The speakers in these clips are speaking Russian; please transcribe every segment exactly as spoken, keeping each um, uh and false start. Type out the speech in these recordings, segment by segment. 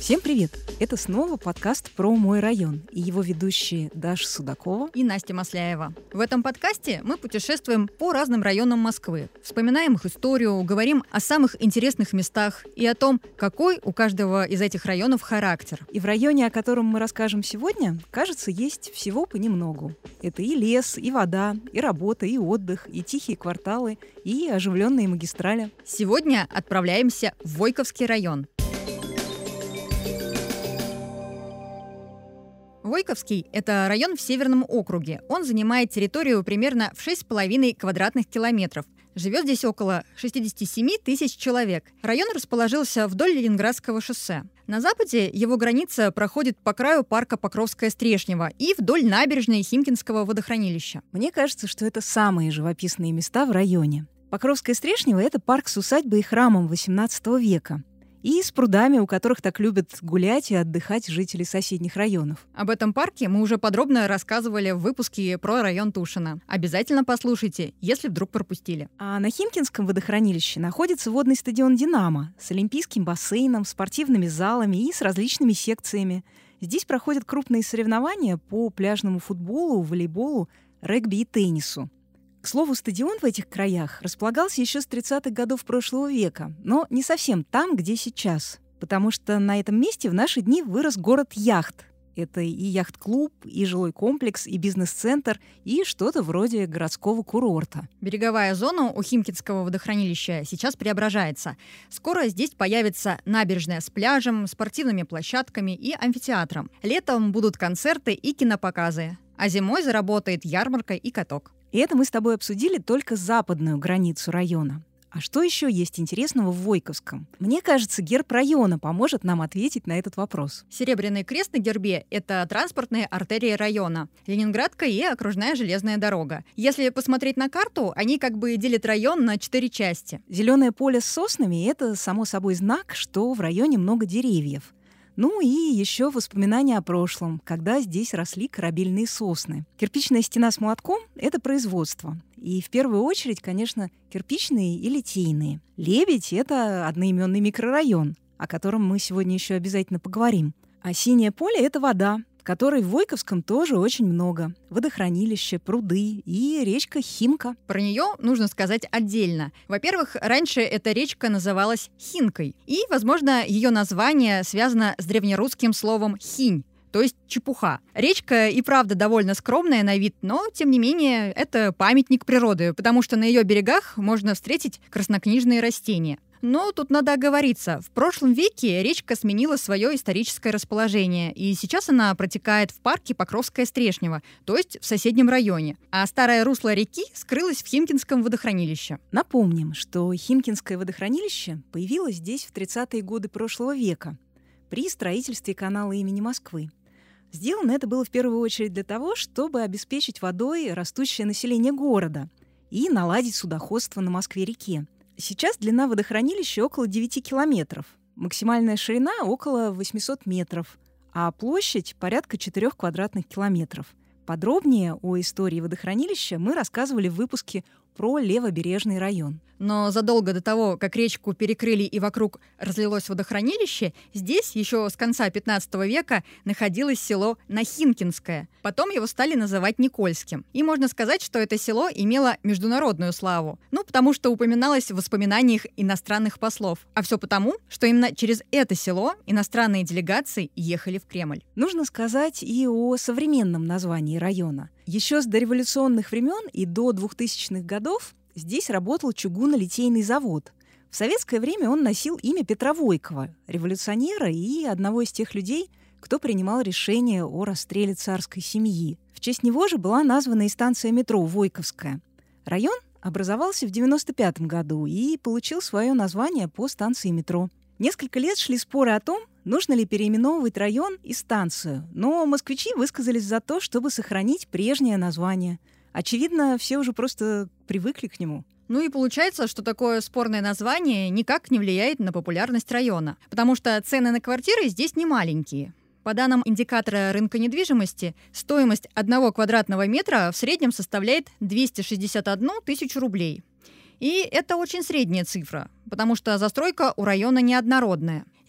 Всем привет! Это снова подкаст про мой район и его ведущие Даша Судакова и Настя Масляева. В этом подкасте мы путешествуем по разным районам Москвы, вспоминаем их историю, говорим о самых интересных местах и о том, какой у каждого из этих районов характер. И в районе, о котором мы расскажем сегодня, кажется, есть всего понемногу. Это и лес, и вода, и работа, и отдых, и тихие кварталы, и оживленные магистрали. Сегодня отправляемся в Войковский район. Войковский – это район в Северном округе. Он занимает территорию примерно в шесть с половиной квадратных километров. Живет здесь около шестьдесят семь тысяч человек. Район расположился вдоль Ленинградского шоссе. На западе его граница проходит по краю парка Покровское-Стрешнево и вдоль набережной Химкинского водохранилища. Мне кажется, что это самые живописные места в районе. Покровское-Стрешнево – это парк с усадьбой и храмом восемнадцатого века. И с прудами, у которых так любят гулять и отдыхать жители соседних районов. Об этом парке мы уже подробно рассказывали в выпуске про район Тушино. Обязательно послушайте, если вдруг пропустили. А на Химкинском водохранилище находится водный стадион «Динамо» с олимпийским бассейном, спортивными залами и с различными секциями. Здесь проходят крупные соревнования по пляжному футболу, волейболу, регби и теннису. К слову, стадион в этих краях располагался еще с тридцатых годов прошлого века, но не совсем там, где сейчас, потому что на этом месте в наши дни вырос город яхт. Это и яхт-клуб, и жилой комплекс, и бизнес-центр, и что-то вроде городского курорта. Береговая зона у Химкинского водохранилища сейчас преображается. Скоро здесь появится набережная с пляжем, спортивными площадками и амфитеатром. Летом будут концерты и кинопоказы, а зимой заработает ярмарка и каток. И это мы с тобой обсудили только западную границу района. А что еще есть интересного в Войковском? Мне кажется, герб района поможет нам ответить на этот вопрос. Серебряный крест на гербе – это транспортные артерии района. Ленинградка и окружная железная дорога. Если посмотреть на карту, они как бы делят район на четыре части. Зеленое поле с соснами – это, само собой, знак, что в районе много деревьев. Ну и еще воспоминания о прошлом, когда здесь росли корабельные сосны. Кирпичная стена с молотком – это производство. И в первую очередь, конечно, кирпичные и литейные. Лебедь – это одноименный микрорайон, о котором мы сегодня еще обязательно поговорим. А синее поле – это вода, которой в Войковском тоже очень много. Водохранилище, пруды и речка Химка. Про нее нужно сказать отдельно. Во-первых, раньше эта речка называлась Хинкой. И, возможно, ее название связано с древнерусским словом «хинь», то есть чепуха. Речка и правда довольно скромная на вид, но, тем не менее, это памятник природы, потому что на ее берегах можно встретить краснокнижные растения. Но тут надо оговориться. В прошлом веке речка сменила свое историческое расположение, и сейчас она протекает в парке Покровское-Стрешнево, то есть в соседнем районе. А старое русло реки скрылось в Химкинском водохранилище. Напомним, что Химкинское водохранилище появилось здесь в тридцатые годы прошлого века при строительстве канала имени Москвы. Сделано это было в первую очередь для того, чтобы обеспечить водой растущее население города и наладить судоходство на Москве-реке. Сейчас длина водохранилища около девяти километров, максимальная ширина около восемьсот метров, а площадь порядка четырёх квадратных километров. Подробнее о истории водохранилища мы рассказывали в выпуске про Левобережный район. Но задолго до того, как речку перекрыли и вокруг разлилось водохранилище, здесь еще с конца пятнадцатого века находилось село Нахинкинское. Потом его стали называть Никольским. И можно сказать, что это село имело международную славу. Ну, потому что упоминалось в воспоминаниях иностранных послов. А все потому, что именно через это село иностранные делегации ехали в Кремль. Нужно сказать и о современном названии района. Еще с дореволюционных времен и до двухтысячных годов здесь работал чугунно-литейный завод. В советское время он носил имя Петра Войкова, революционера и одного из тех людей, кто принимал решение о расстреле царской семьи. В честь него же была названа и станция метро Войковская. Район образовался в девяносто пятом году и получил свое название по станции метро. Несколько лет шли споры о том, нужно ли переименовывать район и станцию, но москвичи высказались за то, чтобы сохранить прежнее название. Очевидно, все уже просто привыкли к нему. Ну и получается, что такое спорное название никак не влияет на популярность района, потому что цены на квартиры здесь не маленькие. По данным индикатора рынка недвижимости, стоимость одного квадратного метра в среднем составляет двести шестьдесят одну тысячу рублей. И это очень средняя цифра, потому что застройка у района неоднородная.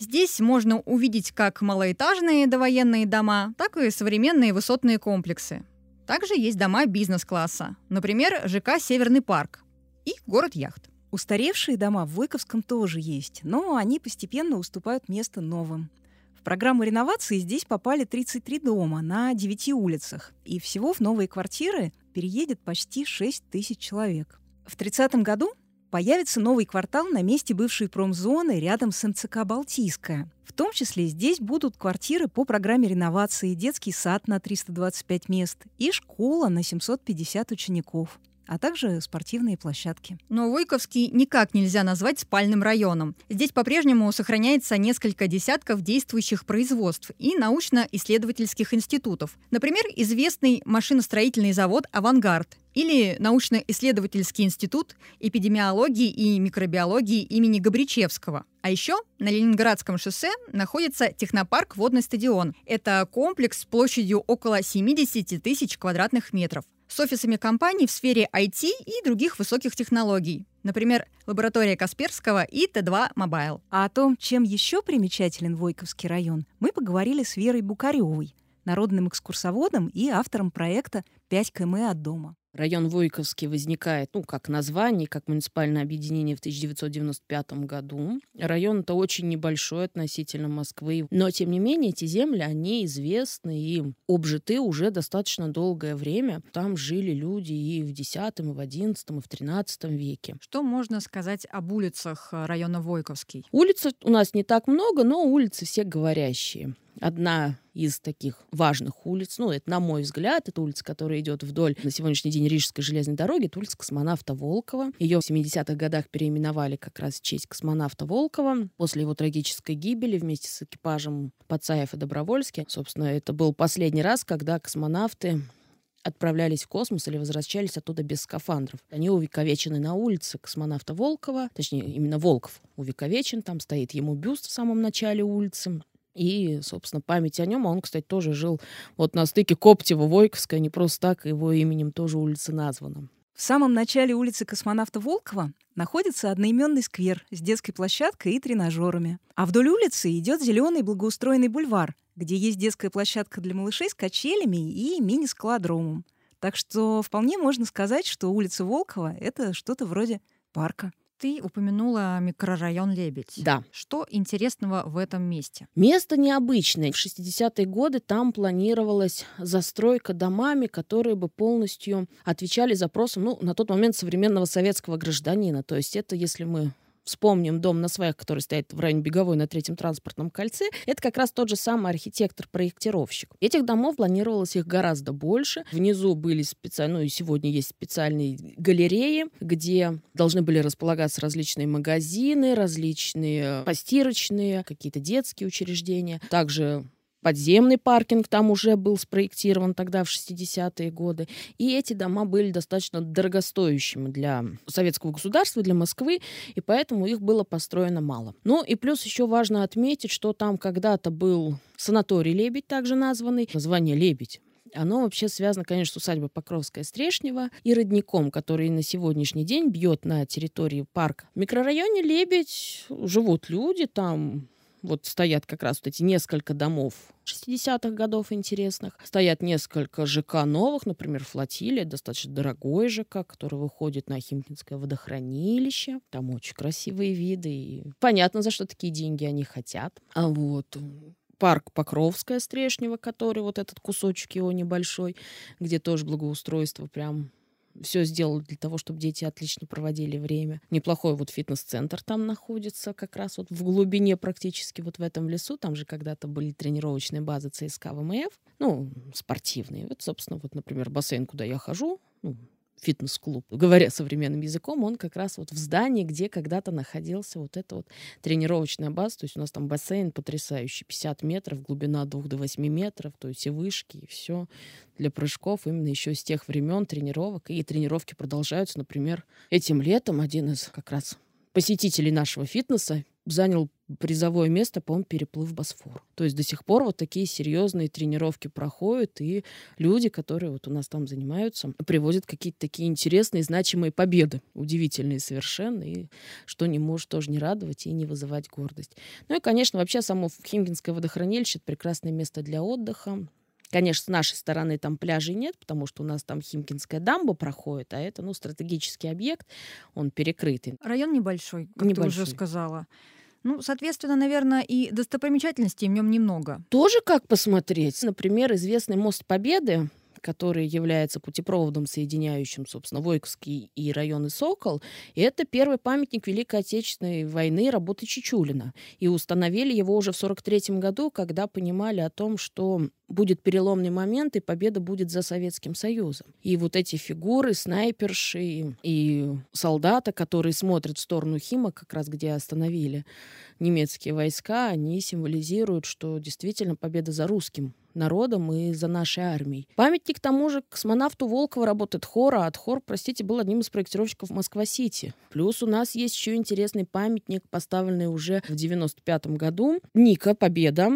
Здесь можно увидеть как малоэтажные довоенные дома, так и современные высотные комплексы. Также есть дома бизнес-класса, например, ЖК «Северный парк» и город яхт. Устаревшие дома в Войковском тоже есть, но они постепенно уступают место новым. В программу реновации здесь попали тридцать три дома на девяти улицах, и всего в новые квартиры переедет почти шесть тысяч человек. В тридцатом году появится новый квартал на месте бывшей промзоны рядом с эм цэ ка «Балтийская». В том числе здесь будут квартиры по программе реновации, детский сад на триста двадцать пять мест и школа на семьсот пятьдесят учеников, а также спортивные площадки. Но Войковский никак нельзя назвать спальным районом. Здесь по-прежнему сохраняется несколько десятков действующих производств и научно-исследовательских институтов. Например, известный машиностроительный завод «Авангард» или научно-исследовательский институт эпидемиологии и микробиологии имени Габричевского. А еще на Ленинградском шоссе находится технопарк «Водный стадион». Это комплекс с площадью около семьдесят тысяч квадратных метров, с офисами компаний в сфере ай ти и других высоких технологий. Например, лаборатория Касперского и Тэ два Мобайл. А о том, чем еще примечателен Войковский район, мы поговорили с Верой Букаревой, народным экскурсоводом и автором проекта «пять километров от дома». Район Войковский возникает, ну, как название, как муниципальное объединение в тысяча девятьсот девяносто пятом году. Район-то очень небольшой относительно Москвы, но, тем не менее, эти земли, они известны и обжиты уже достаточно долгое время. Там жили люди и в десятом, и в одиннадцатом, и в тринадцатом веке. Что можно сказать об улицах района Войковский? Улиц у нас не так много, но улицы все говорящие. Одна из таких важных улиц, ну, это, на мой взгляд, это улица, которая идет вдоль на сегодняшний день Рижской железной дороги, это улица космонавта Волкова. Ее в семидесятых годах переименовали как раз в честь космонавта Волкова. После его трагической гибели вместе с экипажем Пацаев и Добровольский, собственно, это был последний раз, когда космонавты отправлялись в космос или возвращались оттуда без скафандров. Они увековечены на улице космонавта Волкова, точнее, именно Волков увековечен, там стоит ему бюст в самом начале улицы. И, собственно, память о нем, он, кстати, тоже жил вот на стыке Коптева-Войковская, не просто так, его именем тоже улица названа. В самом начале улицы космонавта Волкова находится одноименный сквер с детской площадкой и тренажерами. А вдоль улицы идет зеленый благоустроенный бульвар, где есть детская площадка для малышей с качелями и мини-скалодромом. Так что вполне можно сказать, что улица Волкова — это что-то вроде парка. Ты упомянула микрорайон Лебедь. Да. Что интересного в этом месте? Место необычное. В шестидесятые годы там планировалась застройка домами, которые бы полностью отвечали запросам, ну, на тот момент современного советского гражданина. То есть это, если мы вспомним дом на сваях, который стоит в районе Беговой на Третьем транспортном кольце, это как раз тот же самый архитектор-проектировщик. Этих домов планировалось их гораздо больше. Внизу были специальные, ну и сегодня есть специальные галереи, где должны были располагаться различные магазины, различные постирочные, какие-то детские учреждения. Также подземный паркинг там уже был спроектирован тогда, в шестидесятые годы. И эти дома были достаточно дорогостоящими для советского государства, для Москвы, и поэтому их было построено мало. Ну и плюс еще важно отметить, что там когда-то был санаторий «Лебедь», также названный. Название «Лебедь». Оно вообще связано, конечно, с усадьбой Покровская-Стрешнева и родником, который на сегодняшний день бьет на территории парка. В микрорайоне «Лебедь» живут люди, там вот стоят как раз вот эти несколько домов шестидесятых годов интересных. Стоят несколько ЖК новых, например, «Флотилия», достаточно дорогой ЖК, который выходит на Химкинское водохранилище. Там очень красивые виды. И понятно, за что такие деньги они хотят. А вот парк Покровская Стрешнева, который вот этот кусочек его небольшой, где тоже благоустройство прям все сделали для того, чтобы дети отлично проводили время. Неплохой вот фитнес-центр там находится, как раз вот в глубине практически вот в этом лесу. Там же когда-то были тренировочные базы ЦСКА ВМФ, ну, спортивные. Вот, собственно, вот, например, бассейн, куда я хожу, ну, фитнес-клуб, говоря современным языком, он как раз вот в здании, где когда-то находился вот эта вот тренировочная база. То есть у нас там бассейн потрясающий, пятьдесят метров, глубина от двух до восьми метров, то есть и вышки, и все для прыжков именно еще с тех времен тренировок. И тренировки продолжаются, например, этим летом один из как раз посетителей нашего фитнеса занял призовое место, по-моему, переплыв Босфор. То есть до сих пор вот такие серьезные тренировки проходят, и люди, которые вот у нас там занимаются, привозят какие-то такие интересные, значимые победы, удивительные совершенно, и что не может тоже не радовать и не вызывать гордость. Ну и, конечно, вообще само Химкинское водохранилище — это прекрасное место для отдыха. Конечно, с нашей стороны там пляжей нет, потому что у нас там Химкинская дамба проходит, а это, ну, стратегический объект, он перекрытый. Район небольшой, как Небольшой. ты уже сказала. Ну, соответственно, наверное, и достопримечательностей в нем немного. Тоже как посмотреть. Например, известный мост Победы, который является путепроводом, соединяющим, собственно, Войковский и районы Сокол. И это первый памятник Великой Отечественной войны работы Чичулина. И установили его уже в сорок третьем году, когда понимали о том, что будет переломный момент, и победа будет за Советским Союзом. И вот эти фигуры, снайперши и солдата, которые смотрят в сторону Хима, как раз где остановили немецкие войска, они символизируют, что действительно победа за русским народом и за нашей армией. Памятник тому же космонавту Волкову работает хор, а от хор, простите, был одним из проектировщиков Москва-Сити. Плюс у нас есть еще интересный памятник, поставленный уже в девяносто пятом году. Ника, Победа.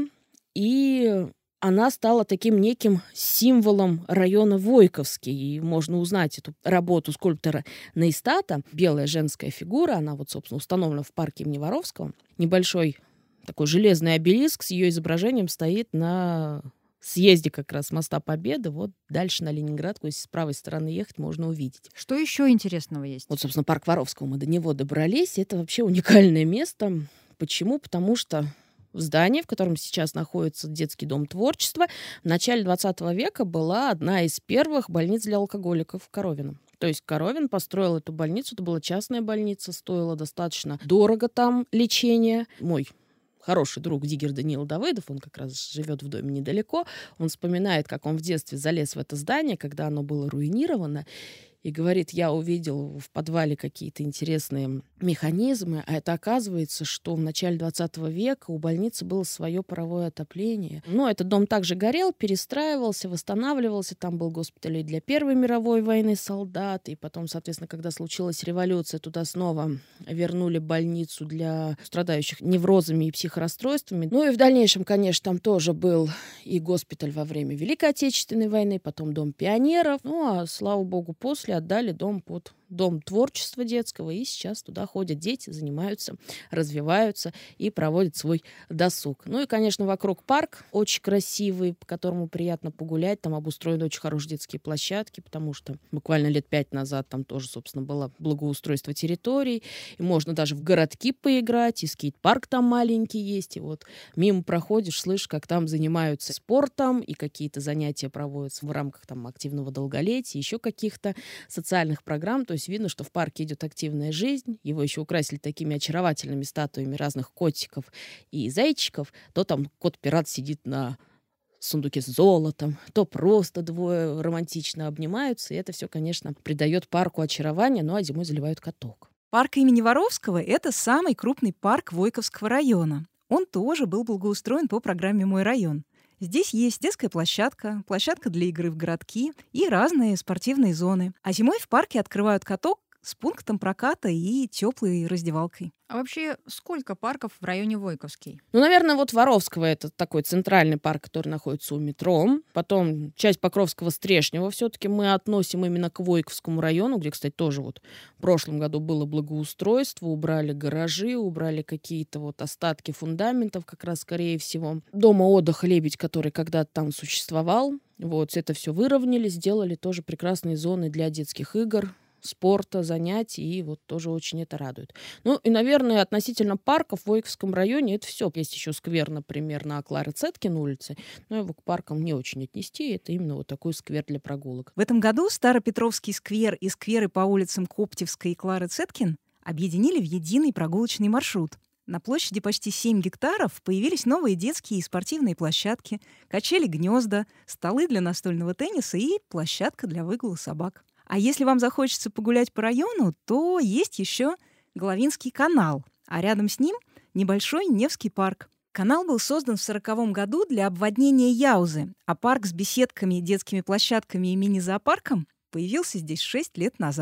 И она стала таким неким символом района Войковский. И можно узнать эту работу скульптора Нейстата. Белая женская фигура, она вот, собственно, установлена в парке имени Воровского. Небольшой такой железный обелиск с ее изображением стоит на съезде как раз моста Победы. Вот дальше на Ленинградку, если с правой стороны ехать, можно увидеть. Что еще интересного есть? Вот, собственно, парк Воровского, мы до него добрались. Это вообще уникальное место. Почему? Потому что в здании, в котором сейчас находится детский дом творчества, в начале двадцатого века была одна из первых больниц для алкоголиков в Коровино. То есть Коровин построил эту больницу, это была частная больница, стоило достаточно дорого там лечение. Мой хороший друг Диггер Даниил Давыдов, он как раз живет в доме недалеко, он вспоминает, как он в детстве залез в это здание, когда оно было руинировано, и говорит, я увидел в подвале какие-то интересные механизмы, а это оказывается, что в начале двадцатого века у больницы было свое паровое отопление. Но этот дом также горел, перестраивался, восстанавливался. Там был госпиталь и для Первой мировой войны солдат. И потом, соответственно, когда случилась революция, туда снова вернули больницу для страдающих неврозами и психорасстройствами. Ну и в дальнейшем, конечно, там тоже был и госпиталь во время Великой Отечественной войны, потом дом пионеров. Ну а, слава богу, после отдали дом под дом творчества детского, и сейчас туда ходят дети, занимаются, развиваются и проводят свой досуг. Ну и, конечно, вокруг парк очень красивый, по которому приятно погулять. Там обустроены очень хорошие детские площадки, потому что буквально лет пять назад там тоже, собственно, было благоустройство территорий, и можно даже в городки поиграть, и скейт-парк там маленький есть, и вот мимо проходишь, слышишь, как там занимаются спортом, и какие-то занятия проводятся в рамках там активного долголетия, еще каких-то социальных программ. То есть видно, что в парке идет активная жизнь. Его еще украсили такими очаровательными статуями разных котиков и зайчиков. То там кот-пират сидит на сундуке с золотом, то просто двое романтично обнимаются. И это все, конечно, придает парку очарование, ну а зимой заливают каток. Парк имени Воровского — это самый крупный парк Войковского района. Он тоже был благоустроен по программе «Мой район». Здесь есть детская площадка, площадка для игры в городки и разные спортивные зоны. А зимой в парке открывают каток с пунктом проката и теплой раздевалкой. А вообще, сколько парков в районе Войковский? Ну, наверное, вот Воровского — это такой центральный парк, который находится у метро. Потом часть Покровского-Стрешнего все-таки мы относим именно к Войковскому району, где, кстати, тоже вот в прошлом году было благоустройство, убрали гаражи, убрали какие-то вот остатки фундаментов, как раз, скорее всего. Дома отдыха «Лебедь», который когда-то там существовал. Вот, это все выровняли, сделали тоже прекрасные зоны для детских игр, спорта, занятий, и вот тоже очень это радует. Ну и, наверное, относительно парков в Войковском районе это все. Есть еще сквер, например, на Клары Цеткин улице, но его к паркам не очень отнести, это именно вот такой сквер для прогулок. В этом году Старопетровский сквер и скверы по улицам Коптевской и Клары Цеткин объединили в единый прогулочный маршрут. На площади почти семь гектаров появились новые детские и спортивные площадки, качели-гнезда, столы для настольного тенниса и площадка для выгула собак. А если вам захочется погулять по району, то есть еще Головинский канал, а рядом с ним небольшой Невский парк. Канал был создан в сороковом году для обводнения Яузы, а парк с беседками, детскими площадками и мини-зоопарком появился здесь шесть лет назад.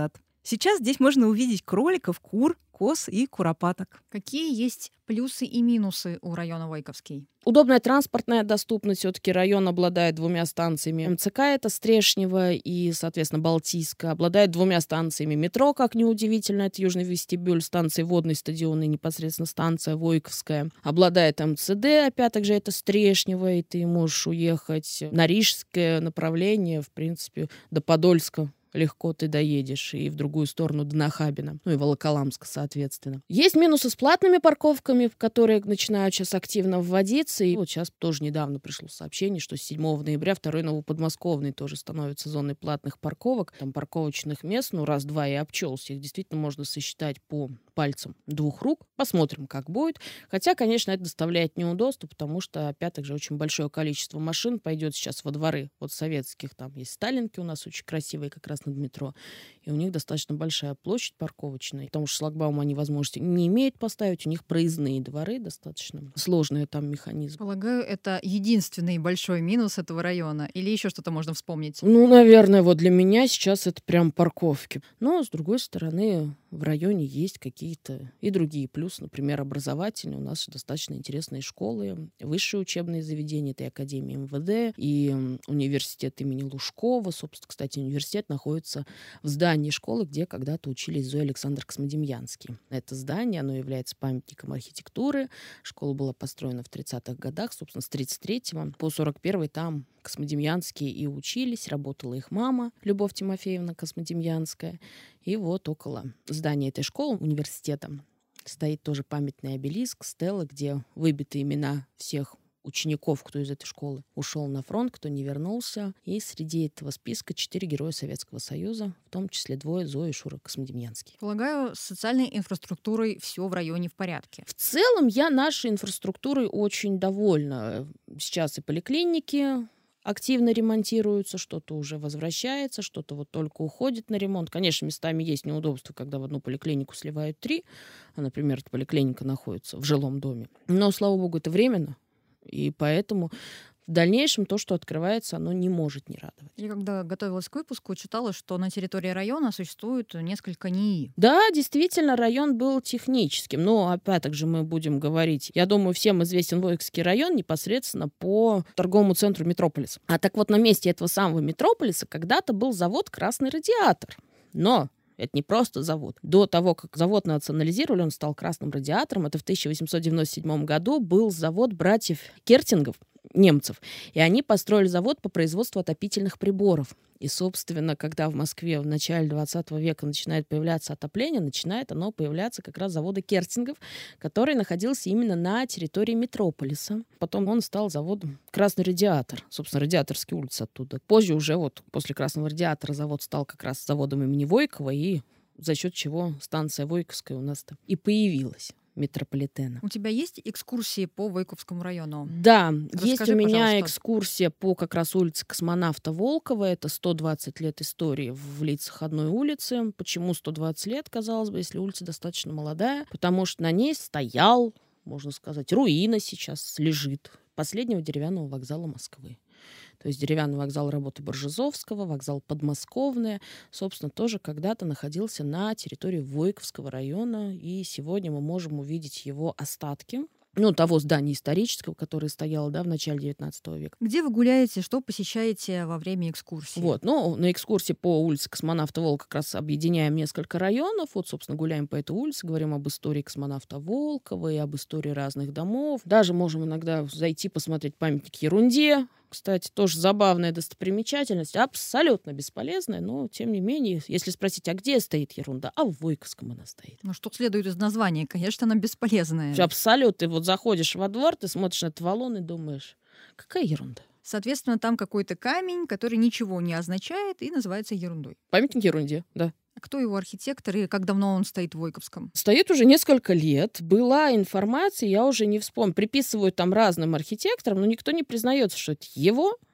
Сейчас здесь можно увидеть кроликов, кур, коз и куропаток. Какие есть плюсы и минусы у района Войковский? Удобная транспортная доступность. Все-таки район обладает двумя станциями. МЦК — это Стрешнево и, соответственно, Балтийская. Обладает двумя станциями метро, как неудивительно. Это Южный вестибюль, станции водный стадион и непосредственно станция Войковская. Обладает МЦД, опять же, это Стрешнево, и ты можешь уехать на Рижское направление, в принципе, до Подольска. Легко ты доедешь и в другую сторону до Нахабина, ну и Волоколамска, соответственно. Есть минусы с платными парковками, которые начинают сейчас активно вводиться. И вот сейчас тоже недавно пришло сообщение, что с седьмого ноября второй Новоподмосковный тоже становится зоной платных парковок. Там парковочных мест, ну раз-два и обчелся. Их действительно можно сосчитать по пальцам двух рук. Посмотрим, как будет. Хотя, конечно, это доставляет неудобства, потому что, опять же, очень большое количество машин пойдет сейчас во дворы вот советских. Там есть Сталинки у нас очень красивые, как раз над метро. И у них достаточно большая площадь парковочная, потому что шлагбаум они возможности не имеют поставить. У них проездные дворы, достаточно сложный там механизм. Полагаю, это единственный большой минус этого района. Или еще что-то можно вспомнить? Ну, наверное, вот для меня сейчас это прям парковки. Но, с другой стороны, в районе есть какие-то и другие плюсы. Например, образовательные. У нас достаточно интересные школы, высшие учебные заведения. Это и Академия МВД, и университет имени Лужкова. Собственно, кстати, университет находится в здании школы, где когда-то учились Зоя и Александр Космодемьянский. Это здание, оно является памятником архитектуры. Школа была построена в тридцатых годах, собственно, с тридцать третьего по сорок первый там Космодемьянские и учились. Работала их мама, Любовь Тимофеевна Космодемьянская. И вот около здания этой школы, университета, стоит тоже памятный обелиск, стела, где выбиты имена всех учеников, кто из этой школы ушел на фронт, кто не вернулся. И среди этого списка четыре героя Советского Союза, в том числе двое, Зоя и Шура Космодемьянский. Полагаю, с социальной инфраструктурой все в районе в порядке. В целом я нашей инфраструктурой очень довольна. Сейчас и поликлиники активно ремонтируются, что-то уже возвращается, что-то вот только уходит на ремонт. Конечно, местами есть неудобства, когда в одну поликлинику сливают три, а, например, эта поликлиника находится в жилом доме. Но, слава богу, это временно, и поэтому в дальнейшем то, что открывается, оно не может не радовать. Я когда готовилась к выпуску, читала, что на территории района существует несколько НИИ. Да, действительно, район был техническим. Но, опять же, мы будем говорить, я думаю, всем известен Войковский район непосредственно по торговому центру «Метрополис». А так вот на месте этого самого «Метрополиса» когда-то был завод «Красный радиатор». Но это не просто завод. До того, как завод национализировали, он стал «Красным радиатором». Это в тысяча восемьсот девяносто седьмом году был завод братьев Кертингов, немцев. И они построили завод по производству отопительных приборов. И, собственно, когда в Москве в начале двадцатого века начинает появляться отопление, начинает оно появляться как раз завода Кертингов, который находился именно на территории Метрополиса. Потом он стал заводом «Красный радиатор». Собственно, Радиаторские улицы оттуда. Позже уже вот после «Красного радиатора» завод стал как раз заводом имени Войкова, и за счет чего станция Войковская у нас-то и появилась. Метрополитена. У тебя есть экскурсии по Войковскому району? Да, Расскажи, есть у меня пожалуйста. экскурсия по как раз улице Космонавта Волкова. Это сто двадцать лет истории в лицах одной улицы. Почему сто двадцать лет, казалось бы, если улица достаточно молодая? Потому что на ней стоял, можно сказать, руина сейчас лежит последнего деревянного вокзала Москвы. То есть деревянный вокзал работы Боржезовского, вокзал Подмосковный, собственно, тоже когда-то находился на территории Войковского района, и сегодня мы можем увидеть его остатки. Ну, того здания исторического, которое стояло, да, в начале девятнадцатого века. Где вы гуляете, что посещаете во время экскурсии? Вот, ну, на экскурсии по улице Космонавта Волкова как раз объединяем несколько районов. Вот, собственно, гуляем по этой улице, говорим об истории Космонавта Волкова и об истории разных домов. Даже можем иногда зайти посмотреть памятник ерунде. Кстати, тоже забавная достопримечательность, абсолютно бесполезная, но, тем не менее, если спросить, а где стоит ерунда? А в Войковском она стоит. Ну, что следует из названия? Конечно, она бесполезная. Абсолютно. Ты вот заходишь во двор, ты смотришь на этот валун и думаешь, какая ерунда. Соответственно, там какой-то камень, который ничего не означает и называется ерундой. Памятник ерунде, да. А кто его архитектор и как давно он стоит в Войковском? Стоит уже несколько лет. Была информация, я уже не вспомню. Приписывают там разным архитекторам, но никто не признается, что это его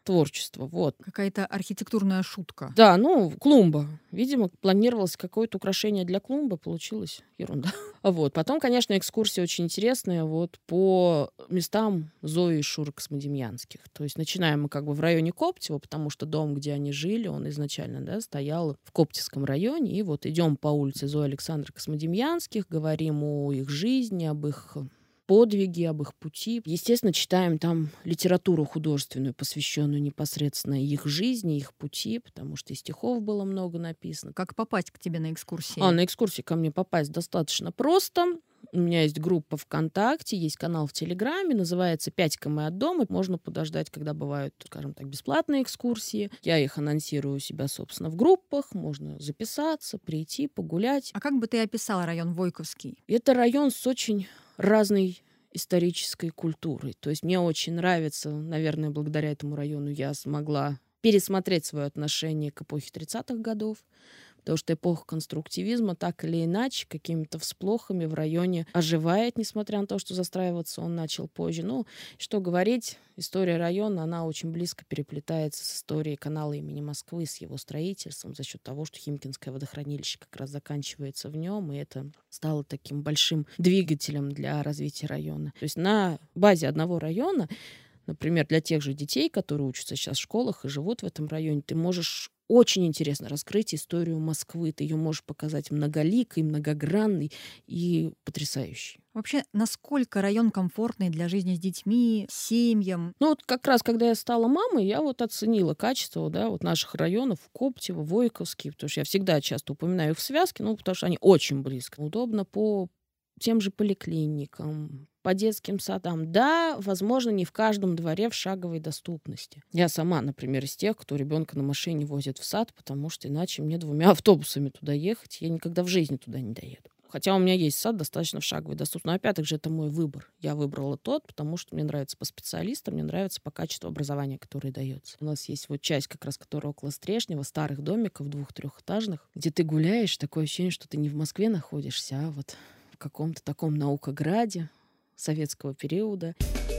творчество. Вот. Какая-то архитектурная шутка. Да, ну, клумба. Видимо, планировалось какое-то украшение для клумбы, получилось ерунда. Вот. Потом, конечно, экскурсия очень интересная вот по местам Зои и Шуры Космодемьянских. То есть начинаем мы как бы в районе Коптева, потому что дом, где они жили, он изначально, да, стоял в Коптевском районе. И вот идем по улице Зои Александры Космодемьянских, говорим о их жизни, об их подвиги, об их пути. Естественно, читаем там литературу художественную, посвященную непосредственно их жизни, их пути, потому что и стихов было много написано. Как попасть к тебе на экскурсии? А, на экскурсии ко мне попасть достаточно просто. У меня есть группа ВКонтакте, есть канал в Телеграме, называется «Пятика мы от дома». Можно подождать, когда бывают, скажем так, бесплатные экскурсии. Я их анонсирую у себя, собственно, в группах. Можно записаться, прийти, погулять. А как бы ты описала район Войковский? Это район с очень разной исторической культурой. То есть мне очень нравится, наверное, благодаря этому району я смогла пересмотреть свое отношение к эпохе тридцатых годов, потому что эпоха конструктивизма так или иначе какими-то всплохами в районе оживает, несмотря на то, что застраиваться он начал позже. Ну, что говорить, история района, она очень близко переплетается с историей канала имени Москвы, с его строительством, за счет того, что Химкинское водохранилище как раз заканчивается в нем, и это стало таким большим двигателем для развития района. То есть на базе одного района, например, для тех же детей, которые учатся сейчас в школах и живут в этом районе, ты можешь очень интересно раскрыть историю Москвы. Ты ее можешь показать многоликой, многогранной и потрясающей. Вообще, насколько район комфортный для жизни с детьми, семьям? Ну вот как раз, когда я стала мамой, я вот оценила качество, да, вот наших районов, Коптево, Войковский, потому что я всегда часто упоминаю их в связке, ну, потому что они очень близко. Удобно по тем же поликлиникам, по детским садам. Да, возможно, не в каждом дворе в шаговой доступности. Я сама, например, из тех, кто ребенка на машине возит в сад, потому что иначе мне двумя автобусами туда ехать, я никогда в жизни туда не доеду. Хотя у меня есть сад достаточно в шаговой доступности. Но опять же, это мой выбор. Я выбрала тот, потому что мне нравится по специалистам, мне нравится по качеству образования, которое дается. У нас есть вот часть, как раз которая около Стрешнева, старых домиков двух-трехэтажных, где ты гуляешь, такое ощущение, что ты не в Москве находишься, а вот в каком-то таком наукограде советского периода.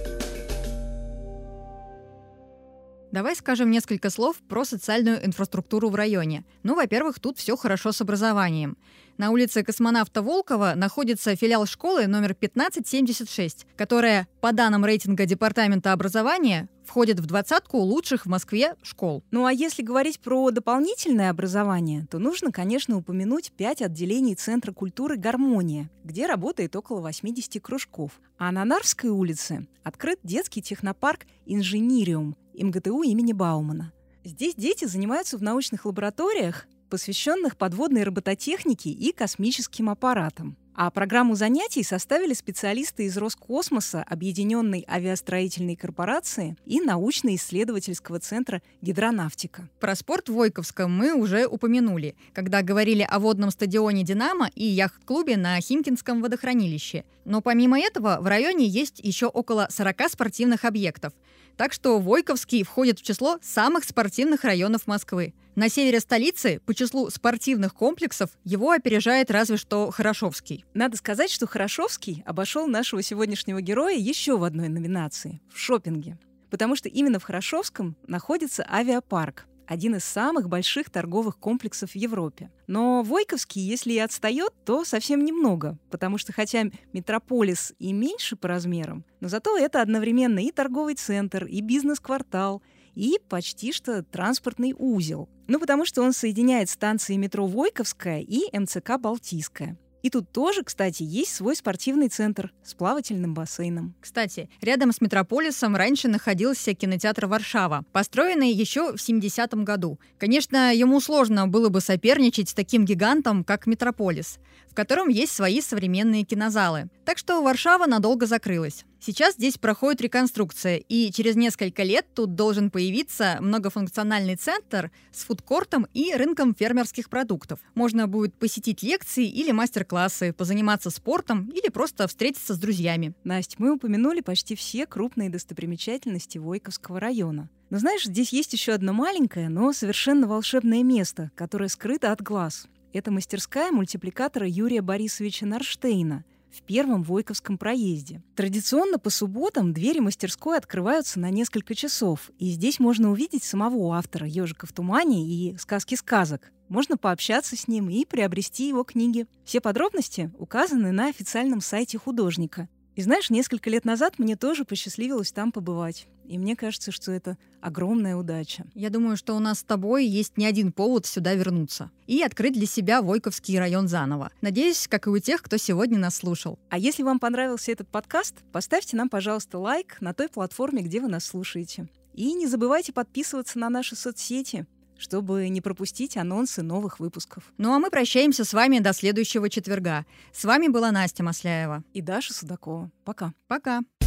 Давай скажем несколько слов про социальную инфраструктуру в районе. Ну, во-первых, тут все хорошо с образованием. На улице Космонавта Волкова находится филиал школы номер пятнадцать семьдесят шесть, которая, по данным рейтинга Департамента образования, входит в двадцатку лучших в Москве школ. Ну а если говорить про дополнительное образование, то нужно, конечно, упомянуть пять отделений Центра культуры «Гармония», где работает около восьмидесяти кружков. А на Нарвской улице открыт детский технопарк «Инжинириум» МГТУ имени Баумана. Здесь дети занимаются в научных лабораториях, посвященных подводной робототехнике и космическим аппаратам. А программу занятий составили специалисты из Роскосмоса, Объединенной авиастроительной корпорации и научно-исследовательского центра «Гидронавтика». Про спорт в Войковском мы уже упомянули, когда говорили о водном стадионе «Динамо» и яхт-клубе на Химкинском водохранилище. Но помимо этого в районе есть еще около сорока спортивных объектов. Так что Войковский входит в число самых спортивных районов Москвы. На севере столицы по числу спортивных комплексов его опережает разве что Хорошевский. Надо сказать, что Хорошевский обошел нашего сегодняшнего героя еще в одной номинации – в шопинге. Потому что именно в Хорошевском находится авиапарк, один из самых больших торговых комплексов в Европе. Но Войковский, если и отстает, то совсем немного, потому что хотя метрополис и меньше по размерам, но зато это одновременно и торговый центр, и бизнес-квартал, и почти что транспортный узел. Ну, потому что он соединяет станции метро Войковская и МЦК Балтийская. И тут тоже, кстати, есть свой спортивный центр с плавательным бассейном. Кстати, рядом с метрополисом раньше находился кинотеатр «Варшава», построенный еще в семидесятом году. Конечно, ему сложно было бы соперничать с таким гигантом, как метрополис, в котором есть свои современные кинозалы. Так что Варшава надолго закрылась. Сейчас здесь проходит реконструкция, и через несколько лет тут должен появиться многофункциональный центр с фудкортом и рынком фермерских продуктов. Можно будет посетить лекции или мастер-классы, позаниматься спортом или просто встретиться с друзьями. Настя, мы упомянули почти все крупные достопримечательности Войковского района. Но знаешь, здесь есть еще одно маленькое, но совершенно волшебное место, которое скрыто от глаз. Это мастерская мультипликатора Юрия Борисовича Нарштейна, в первом Войковском проезде. Традиционно по субботам двери мастерской открываются на несколько часов, и здесь можно увидеть самого автора «Ежика в тумане» и «Сказки сказок». Можно пообщаться с ним и приобрести его книги. Все подробности указаны на официальном сайте художника. И знаешь, несколько лет назад мне тоже посчастливилось там побывать. И мне кажется, что это огромная удача. Я думаю, что у нас с тобой есть не один повод сюда вернуться и открыть для себя Войковский район заново. Надеюсь, как и у тех, кто сегодня нас слушал. А если вам понравился этот подкаст, поставьте нам, пожалуйста, лайк на той платформе, где вы нас слушаете. И не забывайте подписываться на наши соцсети, чтобы не пропустить анонсы новых выпусков. Ну а мы прощаемся с вами до следующего четверга. С вами была Настя Масляева и Даша Судакова. Пока. Пока.